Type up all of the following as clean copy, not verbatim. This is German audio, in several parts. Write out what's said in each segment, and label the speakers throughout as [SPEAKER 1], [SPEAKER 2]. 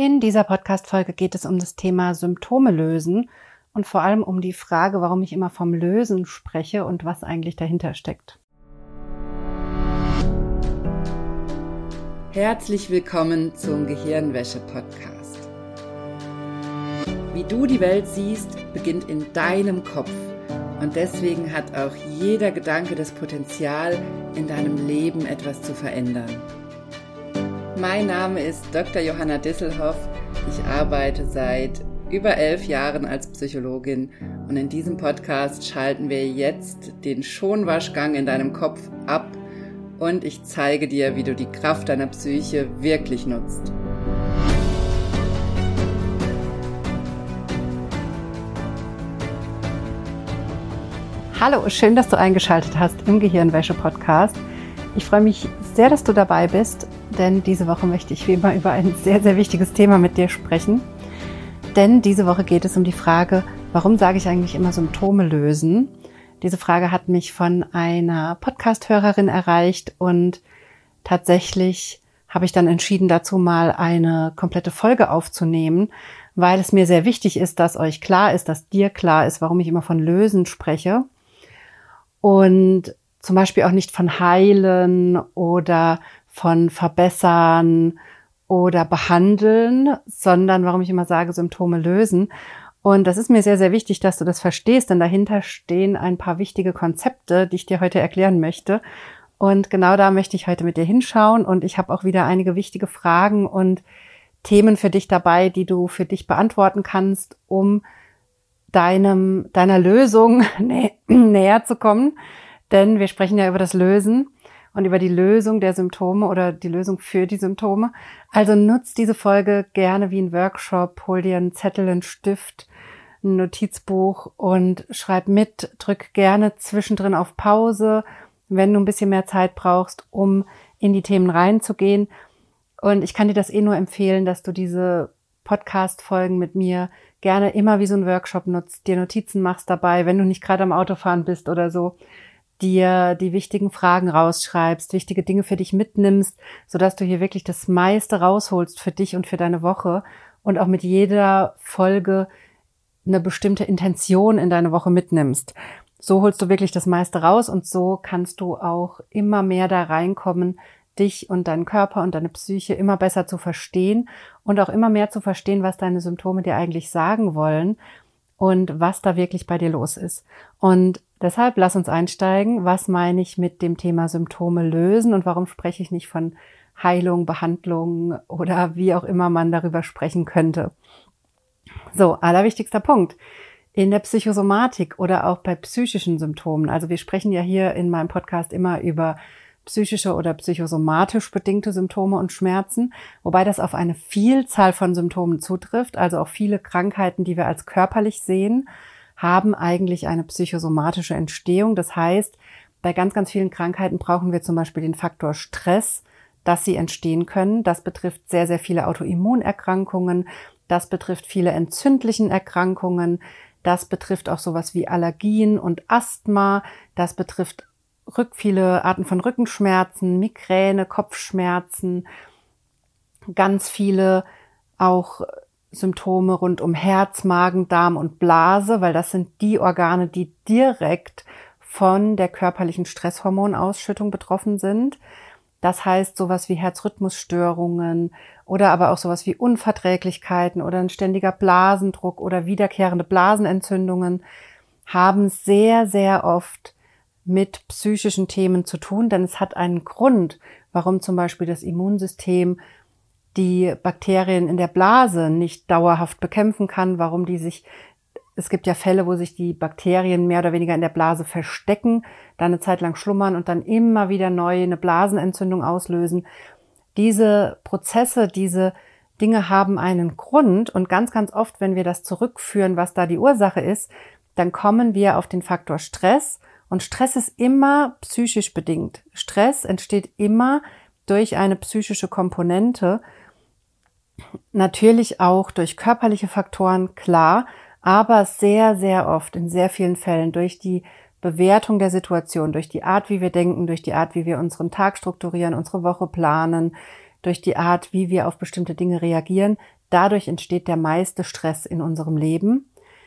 [SPEAKER 1] In dieser Podcast-Folge geht es um das Thema Symptome lösen und vor allem um die Frage, warum ich immer vom Lösen spreche und was eigentlich dahinter steckt.
[SPEAKER 2] Herzlich willkommen zum Gehirnwäsche-Podcast. Wie du die Welt siehst, beginnt in deinem Kopf und deswegen hat auch jeder Gedanke das Potenzial, in deinem Leben etwas zu verändern. Mein Name ist Dr. Johanna Disselhoff. Ich arbeite seit über 11 Jahren als Psychologin und in diesem Podcast schalten wir jetzt den Schonwaschgang in deinem Kopf ab und ich zeige dir, wie du die Kraft deiner Psyche wirklich nutzt.
[SPEAKER 1] Hallo, schön, dass du eingeschaltet hast im Gehirnwäsche-Podcast. Ich freue mich sehr, dass du dabei bist, denn diese Woche möchte ich wie immer über ein sehr, sehr wichtiges Thema mit dir sprechen. Denn diese Woche geht es um die Frage, warum sage ich eigentlich immer Symptome lösen? Diese Frage hat mich von einer Podcast-Hörerin erreicht und tatsächlich habe ich dann entschieden, dazu mal eine komplette Folge aufzunehmen, weil es mir sehr wichtig ist, dass euch klar ist, dass dir klar ist, warum ich immer von Lösen spreche und zum Beispiel auch nicht von heilen oder von verbessern oder behandeln, sondern warum ich immer sage, Symptome lösen. Und das ist mir sehr, sehr wichtig, dass du das verstehst, denn dahinter stehen ein paar wichtige Konzepte, die ich dir heute erklären möchte. Und genau da möchte ich heute mit dir hinschauen. Und ich habe auch wieder einige wichtige Fragen und Themen für dich dabei, die du für dich beantworten kannst, um deiner Lösung näher zu kommen. Denn wir sprechen ja über das Lösen und über die Lösung der Symptome oder die Lösung für die Symptome. Also nutz diese Folge gerne wie ein Workshop, hol dir einen Zettel, einen Stift, ein Notizbuch und schreib mit, drück gerne zwischendrin auf Pause, wenn du ein bisschen mehr Zeit brauchst, um in die Themen reinzugehen. Und ich kann dir das nur empfehlen, dass du diese Podcast-Folgen mit mir gerne immer wie so ein Workshop nutzt, dir Notizen machst dabei, wenn du nicht gerade am Autofahren bist oder so, dir die wichtigen Fragen rausschreibst, wichtige Dinge für dich mitnimmst, sodass du hier wirklich das meiste rausholst für dich und für deine Woche und auch mit jeder Folge eine bestimmte Intention in deine Woche mitnimmst. So holst du wirklich das meiste raus und so kannst du auch immer mehr da reinkommen, dich und deinen Körper und deine Psyche immer besser zu verstehen und auch immer mehr zu verstehen, was deine Symptome dir eigentlich sagen wollen und was da wirklich bei dir los ist. Und deshalb lass uns einsteigen. Was meine ich mit dem Thema Symptome lösen und warum spreche ich nicht von Heilung, Behandlung oder wie auch immer man darüber sprechen könnte? So, allerwichtigster Punkt. In der Psychosomatik oder auch bei psychischen Symptomen. Also wir sprechen ja hier in meinem Podcast immer über psychische oder psychosomatisch bedingte Symptome und Schmerzen, wobei das auf eine Vielzahl von Symptomen zutrifft. Also auch viele Krankheiten, die wir als körperlich sehen, haben eigentlich eine psychosomatische Entstehung. Das heißt, bei ganz, ganz vielen Krankheiten brauchen wir zum Beispiel den Faktor Stress, dass sie entstehen können. Das betrifft sehr, sehr viele Autoimmunerkrankungen. Das betrifft viele entzündlichen Erkrankungen. Das betrifft auch sowas wie Allergien und Asthma. Das betrifft viele Arten von Rückenschmerzen, Migräne, Kopfschmerzen, ganz viele auch Symptome rund um Herz, Magen, Darm und Blase, weil das sind die Organe, die direkt von der körperlichen Stresshormonausschüttung betroffen sind. Das heißt sowas wie Herzrhythmusstörungen oder aber auch sowas wie Unverträglichkeiten oder ein ständiger Blasendruck oder wiederkehrende Blasenentzündungen haben sehr, sehr oft mit psychischen Themen zu tun, denn es hat einen Grund, warum zum Beispiel das Immunsystem die Bakterien in der Blase nicht dauerhaft bekämpfen kann, es gibt ja Fälle, wo sich die Bakterien mehr oder weniger in der Blase verstecken, dann eine Zeit lang schlummern und dann immer wieder neu eine Blasenentzündung auslösen. Diese Prozesse, diese Dinge haben einen Grund und ganz, ganz oft, wenn wir das zurückführen, was da die Ursache ist, dann kommen wir auf den Faktor Stress. Und Stress ist immer psychisch bedingt. Stress entsteht immer durch eine psychische Komponente. Natürlich auch durch körperliche Faktoren, klar, aber sehr, sehr oft, in sehr vielen Fällen durch die Bewertung der Situation, durch die Art, wie wir denken, durch die Art, wie wir unseren Tag strukturieren, unsere Woche planen, durch die Art, wie wir auf bestimmte Dinge reagieren, Dadurch entsteht der meiste Stress in unserem Leben.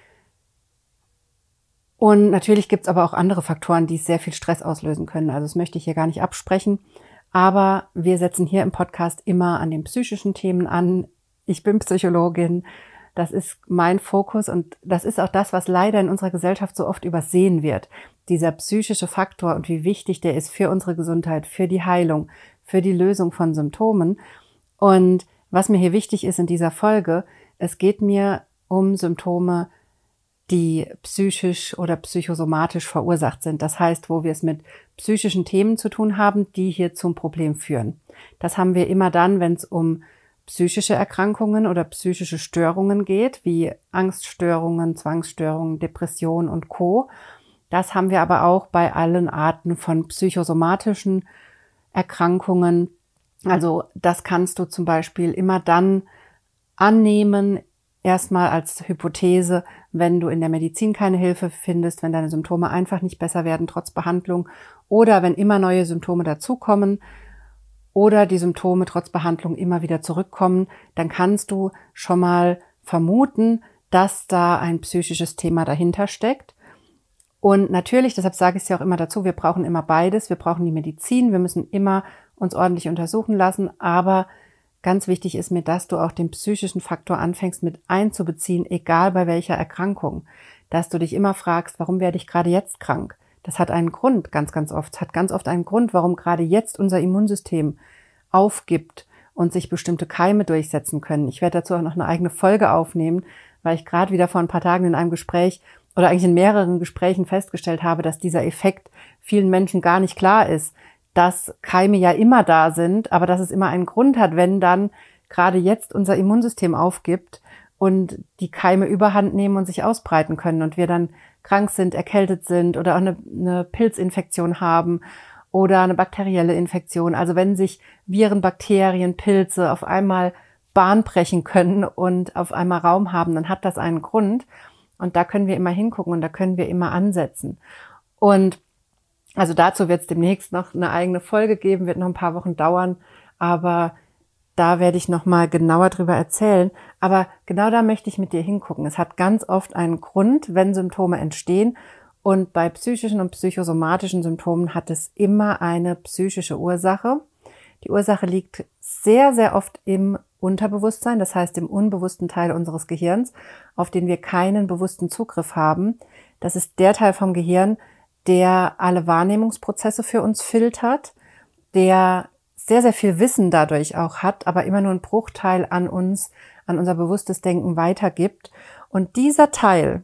[SPEAKER 1] Und natürlich gibt es aber auch andere Faktoren, die sehr viel Stress auslösen können. Also das möchte ich hier gar nicht absprechen. Aber wir setzen hier im Podcast immer an den psychischen Themen an. Ich bin Psychologin. Das ist mein Fokus und das ist auch das, was leider in unserer Gesellschaft so oft übersehen wird. Dieser psychische Faktor und wie wichtig der ist für unsere Gesundheit, für die Heilung, für die Lösung von Symptomen. Und was mir hier wichtig ist in dieser Folge, es geht mir um Symptome, die psychisch oder psychosomatisch verursacht sind. Das heißt, wo wir es mit psychischen Themen zu tun haben, die hier zum Problem führen. Das haben wir immer dann, wenn es um psychische Erkrankungen oder psychische Störungen geht, wie Angststörungen, Zwangsstörungen, Depression und Co. Das haben wir aber auch bei allen Arten von psychosomatischen Erkrankungen. Also das kannst du zum Beispiel immer dann annehmen, erstmal als Hypothese, wenn du in der Medizin keine Hilfe findest, wenn deine Symptome einfach nicht besser werden trotz Behandlung oder wenn immer neue Symptome dazukommen oder die Symptome trotz Behandlung immer wieder zurückkommen, dann kannst du schon mal vermuten, dass da ein psychisches Thema dahinter steckt. Und natürlich, deshalb sage ich es ja auch immer dazu, wir brauchen immer beides. Wir brauchen die Medizin, wir müssen immer uns ordentlich untersuchen lassen, aber ganz wichtig ist mir, dass du auch den psychischen Faktor anfängst mit einzubeziehen, egal bei welcher Erkrankung. Dass du dich immer fragst, warum werde ich gerade jetzt krank? Das hat einen Grund, ganz, ganz oft. Es hat ganz oft einen Grund, warum gerade jetzt unser Immunsystem aufgibt und sich bestimmte Keime durchsetzen können. Ich werde dazu auch noch eine eigene Folge aufnehmen, weil ich gerade wieder vor ein paar Tagen in einem Gespräch oder eigentlich in mehreren Gesprächen festgestellt habe, dass dieser Effekt vielen Menschen gar nicht klar ist, dass Keime ja immer da sind, aber dass es immer einen Grund hat, wenn dann gerade jetzt unser Immunsystem aufgibt und die Keime überhand nehmen und sich ausbreiten können und wir dann krank sind, erkältet sind oder auch eine Pilzinfektion haben oder eine bakterielle Infektion. Also wenn sich Viren, Bakterien, Pilze auf einmal Bahn brechen können und auf einmal Raum haben, dann hat das einen Grund. Und da können wir immer hingucken und da können wir immer ansetzen. Und also dazu wird es demnächst noch eine eigene Folge geben, wird noch ein paar Wochen dauern, aber da werde ich noch mal genauer drüber erzählen. Aber genau da möchte ich mit dir hingucken. Es hat ganz oft einen Grund, wenn Symptome entstehen. Und bei psychischen und psychosomatischen Symptomen hat es immer eine psychische Ursache. Die Ursache liegt sehr, sehr oft im Unterbewusstsein, das heißt im unbewussten Teil unseres Gehirns, auf den wir keinen bewussten Zugriff haben. Das ist der Teil vom Gehirn, der alle Wahrnehmungsprozesse für uns filtert, der sehr, sehr viel Wissen dadurch auch hat, aber immer nur einen Bruchteil an uns, an unser bewusstes Denken weitergibt. Und dieser Teil,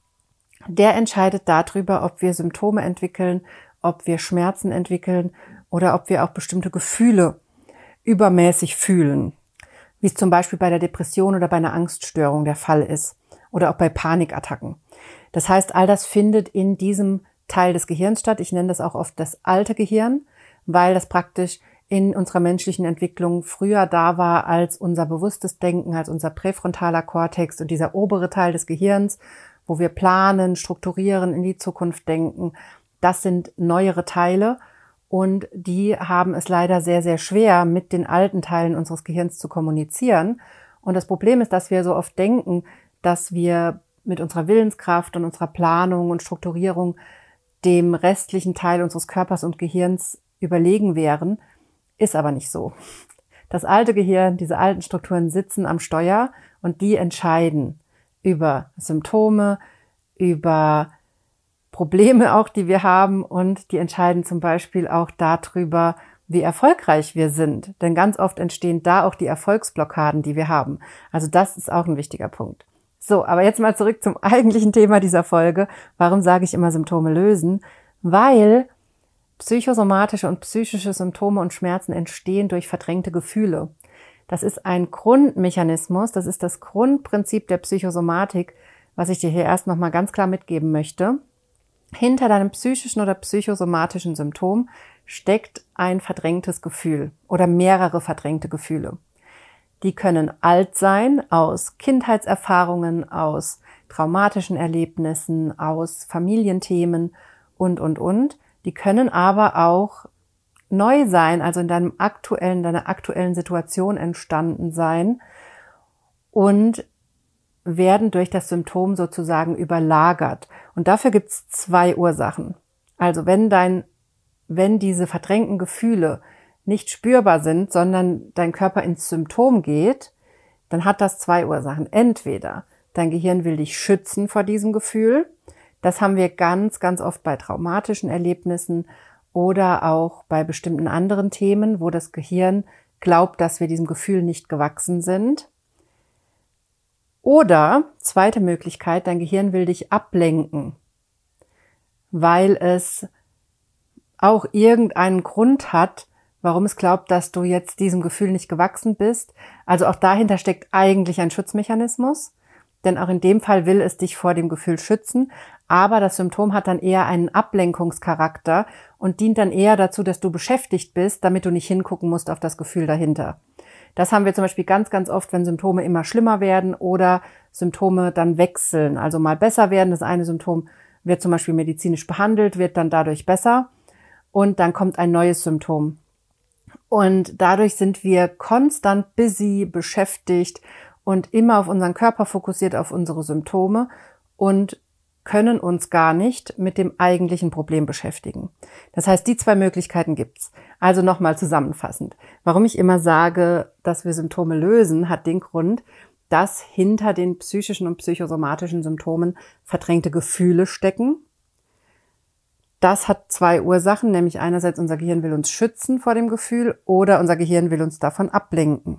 [SPEAKER 1] der entscheidet darüber, ob wir Symptome entwickeln, ob wir Schmerzen entwickeln oder ob wir auch bestimmte Gefühle übermäßig fühlen, wie es zum Beispiel bei der Depression oder bei einer Angststörung der Fall ist oder auch bei Panikattacken. Das heißt, all das findet in diesem Teil des Gehirns statt. Ich nenne das auch oft das alte Gehirn, weil das praktisch in unserer menschlichen Entwicklung früher da war als unser bewusstes Denken, als unser präfrontaler Kortex und dieser obere Teil des Gehirns, wo wir planen, strukturieren, in die Zukunft denken. Das sind neuere Teile und die haben es leider sehr, sehr schwer, mit den alten Teilen unseres Gehirns zu kommunizieren. Und das Problem ist, dass wir so oft denken, dass wir mit unserer Willenskraft und unserer Planung und Strukturierung dem restlichen Teil unseres Körpers und Gehirns überlegen wären, ist aber nicht so. Das alte Gehirn, diese alten Strukturen sitzen am Steuer und die entscheiden über Symptome, über Probleme auch, die wir haben und die entscheiden zum Beispiel auch darüber, wie erfolgreich wir sind. Denn ganz oft entstehen da auch die Erfolgsblockaden, die wir haben. Also das ist auch ein wichtiger Punkt. So, aber jetzt mal zurück zum eigentlichen Thema dieser Folge. Warum sage ich immer Symptome lösen? Weil psychosomatische und psychische Symptome und Schmerzen entstehen durch verdrängte Gefühle. Das ist ein Grundmechanismus, das ist das Grundprinzip der Psychosomatik, was ich dir hier erst nochmal ganz klar mitgeben möchte. Hinter deinem psychischen oder psychosomatischen Symptom steckt ein verdrängtes Gefühl oder mehrere verdrängte Gefühle. Die können alt sein, aus Kindheitserfahrungen, aus traumatischen Erlebnissen, aus Familienthemen und. Die können aber auch neu sein, also in deiner aktuellen Situation entstanden sein und werden durch das Symptom sozusagen überlagert. Und dafür gibt es 2 Ursachen. Also wenn diese verdrängten Gefühle nicht spürbar sind, sondern dein Körper ins Symptom geht, dann hat das 2 Ursachen. Entweder dein Gehirn will dich schützen vor diesem Gefühl. Das haben wir ganz, ganz oft bei traumatischen Erlebnissen oder auch bei bestimmten anderen Themen, wo das Gehirn glaubt, dass wir diesem Gefühl nicht gewachsen sind. Oder, zweite Möglichkeit, dein Gehirn will dich ablenken, weil es auch irgendeinen Grund hat, warum es glaubt, dass du jetzt diesem Gefühl nicht gewachsen bist. Also auch dahinter steckt eigentlich ein Schutzmechanismus, denn auch in dem Fall will es dich vor dem Gefühl schützen, aber das Symptom hat dann eher einen Ablenkungscharakter und dient dann eher dazu, dass du beschäftigt bist, damit du nicht hingucken musst auf das Gefühl dahinter. Das haben wir zum Beispiel ganz, ganz oft, wenn Symptome immer schlimmer werden oder Symptome dann wechseln, also mal besser werden. Das eine Symptom wird zum Beispiel medizinisch behandelt, wird dann dadurch besser und dann kommt ein neues Symptom. Und dadurch sind wir konstant busy, beschäftigt und immer auf unseren Körper fokussiert, auf unsere Symptome und können uns gar nicht mit dem eigentlichen Problem beschäftigen. Das heißt, die 2 Möglichkeiten gibt's. Also nochmal zusammenfassend. Warum ich immer sage, dass wir Symptome lösen, hat den Grund, dass hinter den psychischen und psychosomatischen Symptomen verdrängte Gefühle stecken. Das hat 2 Ursachen, nämlich einerseits unser Gehirn will uns schützen vor dem Gefühl oder unser Gehirn will uns davon ablenken.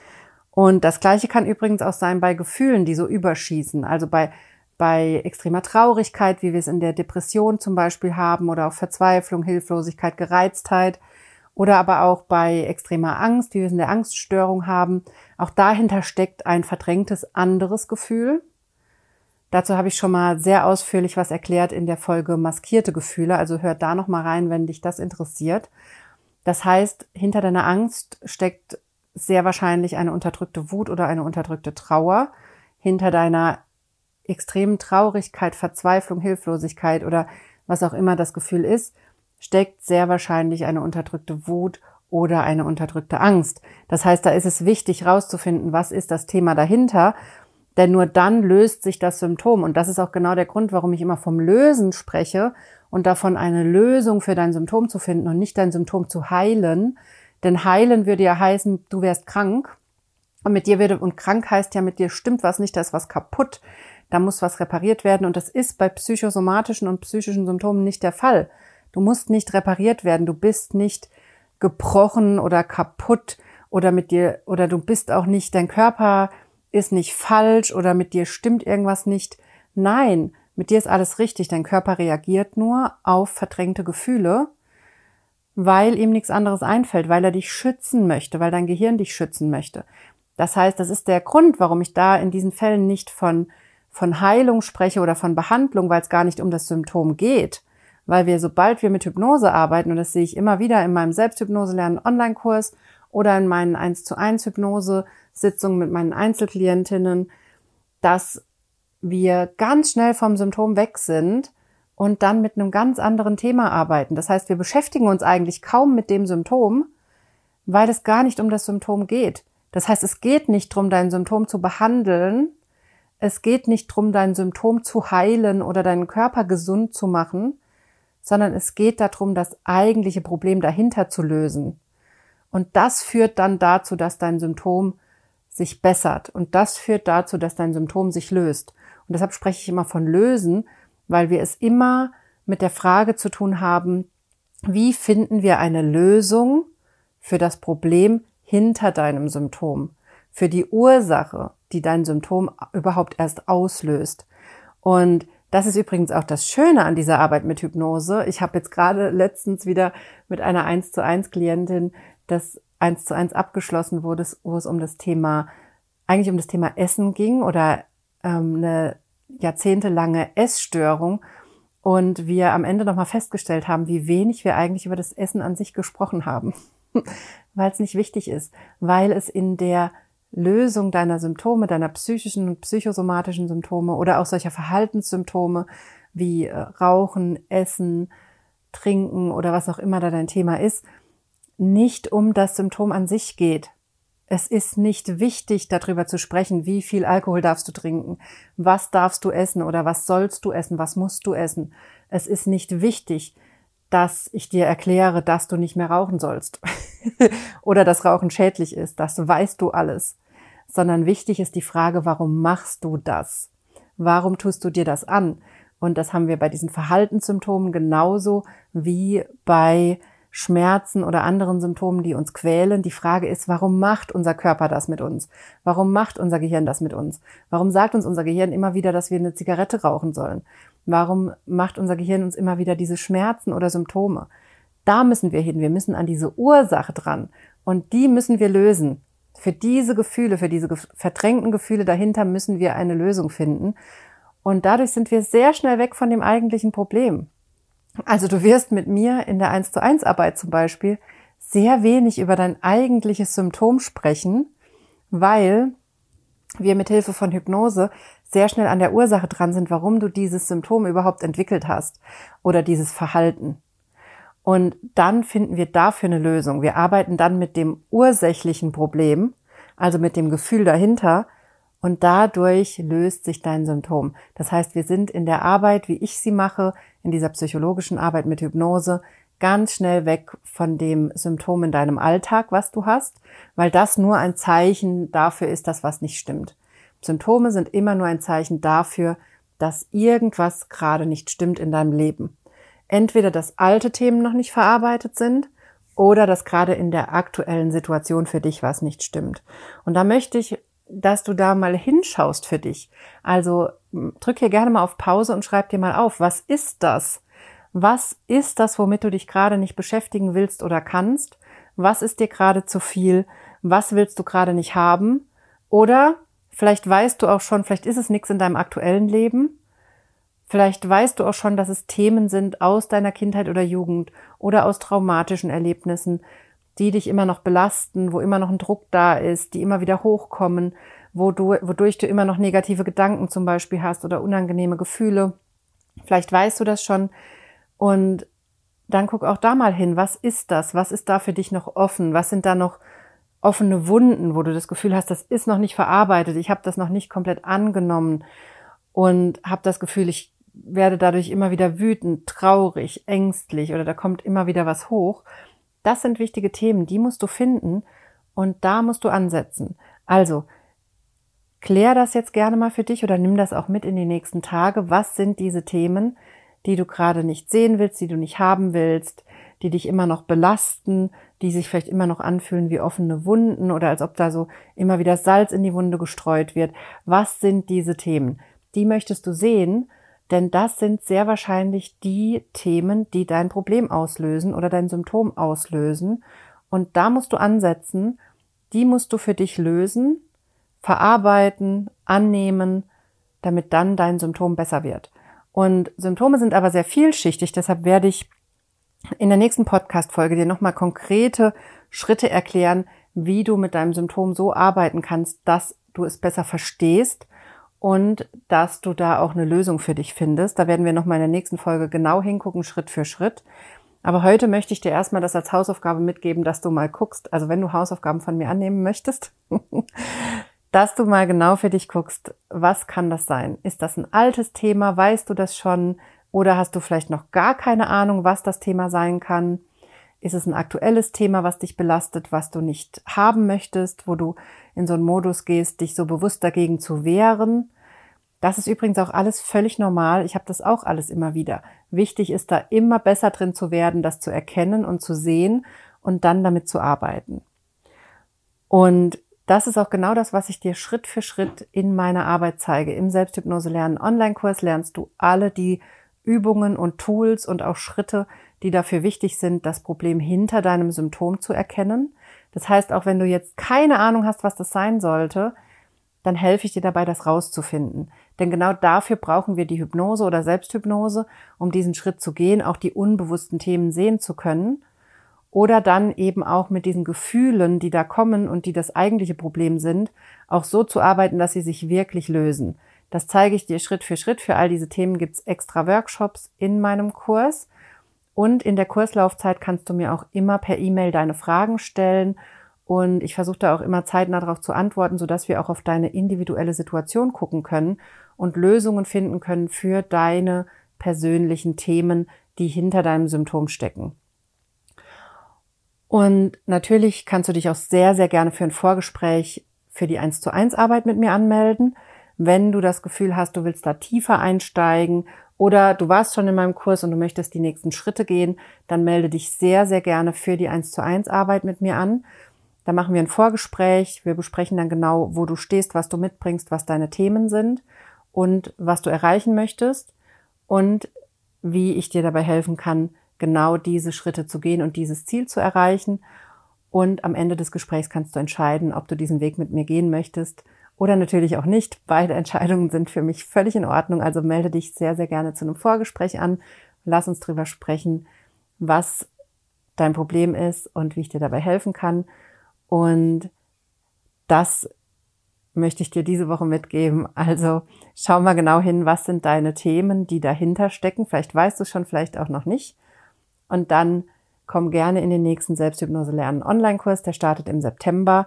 [SPEAKER 1] Und das Gleiche kann übrigens auch sein bei Gefühlen, die so überschießen, also bei extremer Traurigkeit, wie wir es in der Depression zum Beispiel haben, oder auch Verzweiflung, Hilflosigkeit, Gereiztheit, oder aber auch bei extremer Angst, wie wir es in der Angststörung haben. Auch dahinter steckt ein verdrängtes anderes Gefühl. Dazu habe ich schon mal sehr ausführlich was erklärt in der Folge Maskierte Gefühle, also hör da noch mal rein, wenn dich das interessiert. Das heißt, hinter deiner Angst steckt sehr wahrscheinlich eine unterdrückte Wut oder eine unterdrückte Trauer. Hinter deiner extremen Traurigkeit, Verzweiflung, Hilflosigkeit oder was auch immer das Gefühl ist, steckt sehr wahrscheinlich eine unterdrückte Wut oder eine unterdrückte Angst. Das heißt, da ist es wichtig, rauszufinden, was ist das Thema dahinter, denn nur dann löst sich das Symptom. Und das ist auch genau der Grund, warum ich immer vom Lösen spreche und davon, eine Lösung für dein Symptom zu finden und nicht dein Symptom zu heilen. Denn heilen würde ja heißen, du wärst krank. Und krank heißt ja, mit dir stimmt was nicht, da ist was kaputt. Da muss was repariert werden und das ist bei psychosomatischen und psychischen Symptomen nicht der Fall. Du musst nicht repariert werden, du bist nicht gebrochen oder kaputt oder du bist auch nicht, dein Körper ist nicht falsch oder mit dir stimmt irgendwas nicht. Nein, mit dir ist alles richtig, dein Körper reagiert nur auf verdrängte Gefühle, weil ihm nichts anderes einfällt, weil er dich schützen möchte, weil dein Gehirn dich schützen möchte. Das heißt, das ist der Grund, warum ich da in diesen Fällen nicht von Heilung spreche oder von Behandlung, weil es gar nicht um das Symptom geht. Weil sobald wir mit Hypnose arbeiten, und das sehe ich immer wieder in meinem Selbsthypnose-Lernen-Online-Kurs oder in meinen 1:1 Hypnose-Sitzungen mit meinen Einzelklientinnen, dass wir ganz schnell vom Symptom weg sind und dann mit einem ganz anderen Thema arbeiten. Das heißt, wir beschäftigen uns eigentlich kaum mit dem Symptom, weil es gar nicht um das Symptom geht. Das heißt, es geht nicht darum, dein Symptom zu behandeln. Es geht nicht darum, dein Symptom zu heilen oder deinen Körper gesund zu machen, sondern es geht darum, das eigentliche Problem dahinter zu lösen. Und das führt dann dazu, dass dein Symptom sich bessert. Und das führt dazu, dass dein Symptom sich löst. Und deshalb spreche ich immer von lösen, weil wir es immer mit der Frage zu tun haben, wie finden wir eine Lösung für das Problem hinter deinem Symptom, für die Ursache, die dein Symptom überhaupt erst auslöst. Und das ist übrigens auch das Schöne an dieser Arbeit mit Hypnose. Ich habe jetzt gerade letztens wieder mit einer 1:1 Klientin das 1:1 abgeschlossen, wo es um das Thema Essen ging oder eine jahrzehntelange Essstörung. Und wir am Ende nochmal festgestellt haben, wie wenig wir eigentlich über das Essen an sich gesprochen haben, weil es nicht wichtig ist, weil es in der Lösung deiner Symptome, deiner psychischen und psychosomatischen Symptome oder auch solcher Verhaltenssymptome wie Rauchen, Essen, Trinken oder was auch immer da dein Thema ist, nicht um das Symptom an sich geht, Es ist nicht wichtig, darüber zu sprechen, wie viel Alkohol darfst du trinken, was darfst du essen oder was sollst du essen, was musst du essen. Es ist nicht wichtig, dass ich dir erkläre, dass du nicht mehr rauchen sollst oder dass Rauchen schädlich ist. Das weißt du alles. Sondern wichtig ist die Frage, warum machst du das? Warum tust du dir das an? Und das haben wir bei diesen Verhaltenssymptomen genauso wie bei Schmerzen oder anderen Symptomen, die uns quälen. Die Frage ist, warum macht unser Körper das mit uns? Warum macht unser Gehirn das mit uns? Warum sagt uns unser Gehirn immer wieder, dass wir eine Zigarette rauchen sollen? Warum macht unser Gehirn uns immer wieder diese Schmerzen oder Symptome? Da müssen wir hin. Wir müssen an diese Ursache dran. Und die müssen wir lösen. Für diese Gefühle, für diese verdrängten Gefühle dahinter müssen wir eine Lösung finden. Und dadurch sind wir sehr schnell weg von dem eigentlichen Problem. Also du wirst mit mir in der 1:1 Arbeit zum Beispiel sehr wenig über dein eigentliches Symptom sprechen, weil wir mit Hilfe von Hypnose sehr schnell an der Ursache dran sind, warum du dieses Symptom überhaupt entwickelt hast oder dieses Verhalten. Und dann finden wir dafür eine Lösung. Wir arbeiten dann mit dem ursächlichen Problem, also mit dem Gefühl dahinter, und dadurch löst sich dein Symptom. Das heißt, wir sind in der Arbeit, wie ich sie mache, in dieser psychologischen Arbeit mit Hypnose, ganz schnell weg von dem Symptom in deinem Alltag, was du hast, weil das nur ein Zeichen dafür ist, dass was nicht stimmt. Symptome sind immer nur ein Zeichen dafür, dass irgendwas gerade nicht stimmt in deinem Leben. Entweder, dass alte Themen noch nicht verarbeitet sind oder dass gerade in der aktuellen Situation für dich was nicht stimmt. Und da möchte ich, dass du da mal hinschaust für dich. Also drück hier gerne mal auf Pause und schreib dir mal auf, was ist das? Was ist das, womit du dich gerade nicht beschäftigen willst oder kannst? Was ist dir gerade zu viel? Was willst du gerade nicht haben? Oder vielleicht weißt du auch schon, vielleicht ist es nichts in deinem aktuellen Leben. Vielleicht weißt du auch schon, dass es Themen sind aus deiner Kindheit oder Jugend oder aus traumatischen Erlebnissen, die dich immer noch belasten, wo immer noch ein Druck da ist, die immer wieder hochkommen, wodurch du immer noch negative Gedanken zum Beispiel hast oder unangenehme Gefühle. Vielleicht weißt du das schon und dann guck auch da mal hin, was ist das? Was ist da für dich noch offen? Was sind da noch offene Wunden, wo du das Gefühl hast, das ist noch nicht verarbeitet, ich habe das noch nicht komplett angenommen und habe das Gefühl, ich werde dadurch immer wieder wütend, traurig, ängstlich oder da kommt immer wieder was hoch. Das sind wichtige Themen, die musst du finden und da musst du ansetzen. Also, klär das jetzt gerne mal für dich oder nimm das auch mit in die nächsten Tage. Was sind diese Themen, die du gerade nicht sehen willst, die du nicht haben willst, die dich immer noch belasten, die sich vielleicht immer noch anfühlen wie offene Wunden oder als ob da so immer wieder Salz in die Wunde gestreut wird. Was sind diese Themen? Die möchtest du sehen, denn das sind sehr wahrscheinlich die Themen, die dein Problem auslösen oder dein Symptom auslösen. Und da musst du ansetzen, die musst du für dich lösen, verarbeiten, annehmen, damit dann dein Symptom besser wird. Und Symptome sind aber sehr vielschichtig, deshalb werde ich in der nächsten Podcast-Folge dir nochmal konkrete Schritte erklären, wie du mit deinem Symptom so arbeiten kannst, dass du es besser verstehst und dass du da auch eine Lösung für dich findest. Da werden wir nochmal in der nächsten Folge genau hingucken, Schritt für Schritt. Aber heute möchte ich dir erstmal das als Hausaufgabe mitgeben, dass du mal guckst, also wenn du Hausaufgaben von mir annehmen möchtest, dass du mal genau für dich guckst, was kann das sein? Ist das ein altes Thema? Weißt du das schon? Oder hast du vielleicht noch gar keine Ahnung, was das Thema sein kann? Ist es ein aktuelles Thema, was dich belastet, was du nicht haben möchtest, wo du in so einen Modus gehst, dich so bewusst dagegen zu wehren? Das ist übrigens auch alles völlig normal. Ich habe das auch alles immer wieder. Wichtig ist da immer besser drin zu werden, das zu erkennen und zu sehen und dann damit zu arbeiten. Und das ist auch genau das, was ich dir Schritt für Schritt in meiner Arbeit zeige. Im Selbsthypnose-Lernen-Online-Kurs lernst du alle die Übungen und Tools und auch Schritte, die dafür wichtig sind, das Problem hinter deinem Symptom zu erkennen. Das heißt, auch wenn du jetzt keine Ahnung hast, was das sein sollte, dann helfe ich dir dabei, das rauszufinden. Denn genau dafür brauchen wir die Hypnose oder Selbsthypnose, um diesen Schritt zu gehen, auch die unbewussten Themen sehen zu können. Oder dann eben auch mit diesen Gefühlen, die da kommen und die das eigentliche Problem sind, auch so zu arbeiten, dass sie sich wirklich lösen. Das zeige ich dir Schritt für Schritt. Für all diese Themen gibt es extra Workshops in meinem Kurs. Und in der Kurslaufzeit kannst du mir auch immer per E-Mail deine Fragen stellen Und ich versuche da auch immer zeitnah darauf zu antworten, sodass wir auch auf deine individuelle Situation gucken können und Lösungen finden können für deine persönlichen Themen, die hinter deinem Symptom stecken. Und natürlich kannst du dich auch sehr, sehr gerne für ein Vorgespräch für die 1:1 Arbeit mit mir anmelden. Wenn du das Gefühl hast, du willst da tiefer einsteigen oder du warst schon in meinem Kurs und du möchtest die nächsten Schritte gehen, dann melde dich sehr, sehr gerne für die 1:1 Arbeit mit mir an. Da machen wir ein Vorgespräch. Wir besprechen dann genau, wo du stehst, was du mitbringst, was deine Themen sind und was du erreichen möchtest und wie ich dir dabei helfen kann, genau diese Schritte zu gehen und dieses Ziel zu erreichen. Und am Ende des Gesprächs kannst du entscheiden, ob du diesen Weg mit mir gehen möchtest oder natürlich auch nicht. Beide Entscheidungen sind für mich völlig in Ordnung. Also melde dich sehr, sehr gerne zu einem Vorgespräch an. Lass uns drüber sprechen, was dein Problem ist und wie ich dir dabei helfen kann. Und das möchte ich dir diese Woche mitgeben. Also schau mal genau hin, was sind deine Themen, die dahinter stecken. Vielleicht weißt du es schon, vielleicht auch noch nicht. Und dann komm gerne in den nächsten Selbsthypnose lernen Online-Kurs, der startet im September.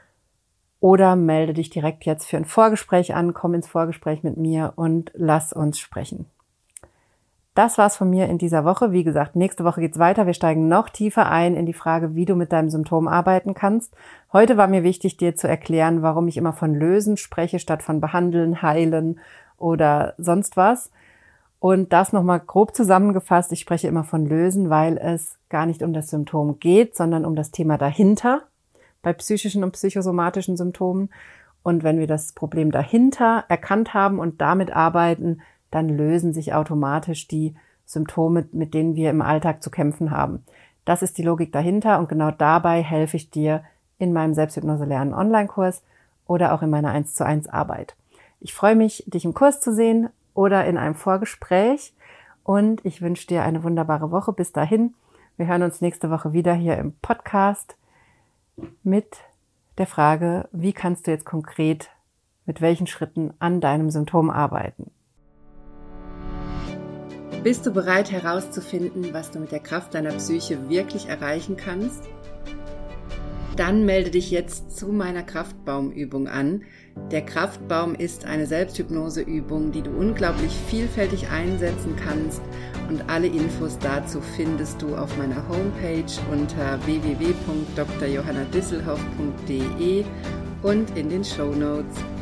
[SPEAKER 1] Oder melde dich direkt jetzt für ein Vorgespräch an, komm ins Vorgespräch mit mir und lass uns sprechen. Das war's von mir in dieser Woche. Wie gesagt, nächste Woche geht's weiter. Wir steigen noch tiefer ein in die Frage, wie du mit deinem Symptom arbeiten kannst. Heute war mir wichtig, dir zu erklären, warum ich immer von Lösen spreche, statt von Behandeln, Heilen oder sonst was. Und das nochmal grob zusammengefasst. Ich spreche immer von Lösen, weil es gar nicht um das Symptom geht, sondern um das Thema dahinter bei psychischen und psychosomatischen Symptomen. Und wenn wir das Problem dahinter erkannt haben und damit arbeiten, dann lösen sich automatisch die Symptome, mit denen wir im Alltag zu kämpfen haben. Das ist die Logik dahinter und genau dabei helfe ich dir in meinem Selbsthypnose lernen Online-Kurs oder auch in meiner 1:1 Arbeit. Ich freue mich, dich im Kurs zu sehen oder in einem Vorgespräch und ich wünsche dir eine wunderbare Woche. Bis dahin, wir hören uns nächste Woche wieder hier im Podcast mit der Frage, wie kannst du jetzt konkret mit welchen Schritten an deinem Symptom arbeiten?
[SPEAKER 2] Bist du bereit herauszufinden, was du mit der Kraft deiner Psyche wirklich erreichen kannst? Dann melde dich jetzt zu meiner Kraftbaumübung an. Der Kraftbaum ist eine Selbsthypnoseübung, die du unglaublich vielfältig einsetzen kannst und alle Infos dazu findest du auf meiner Homepage unter www.drjohannadisselhoff.de und in den Shownotes.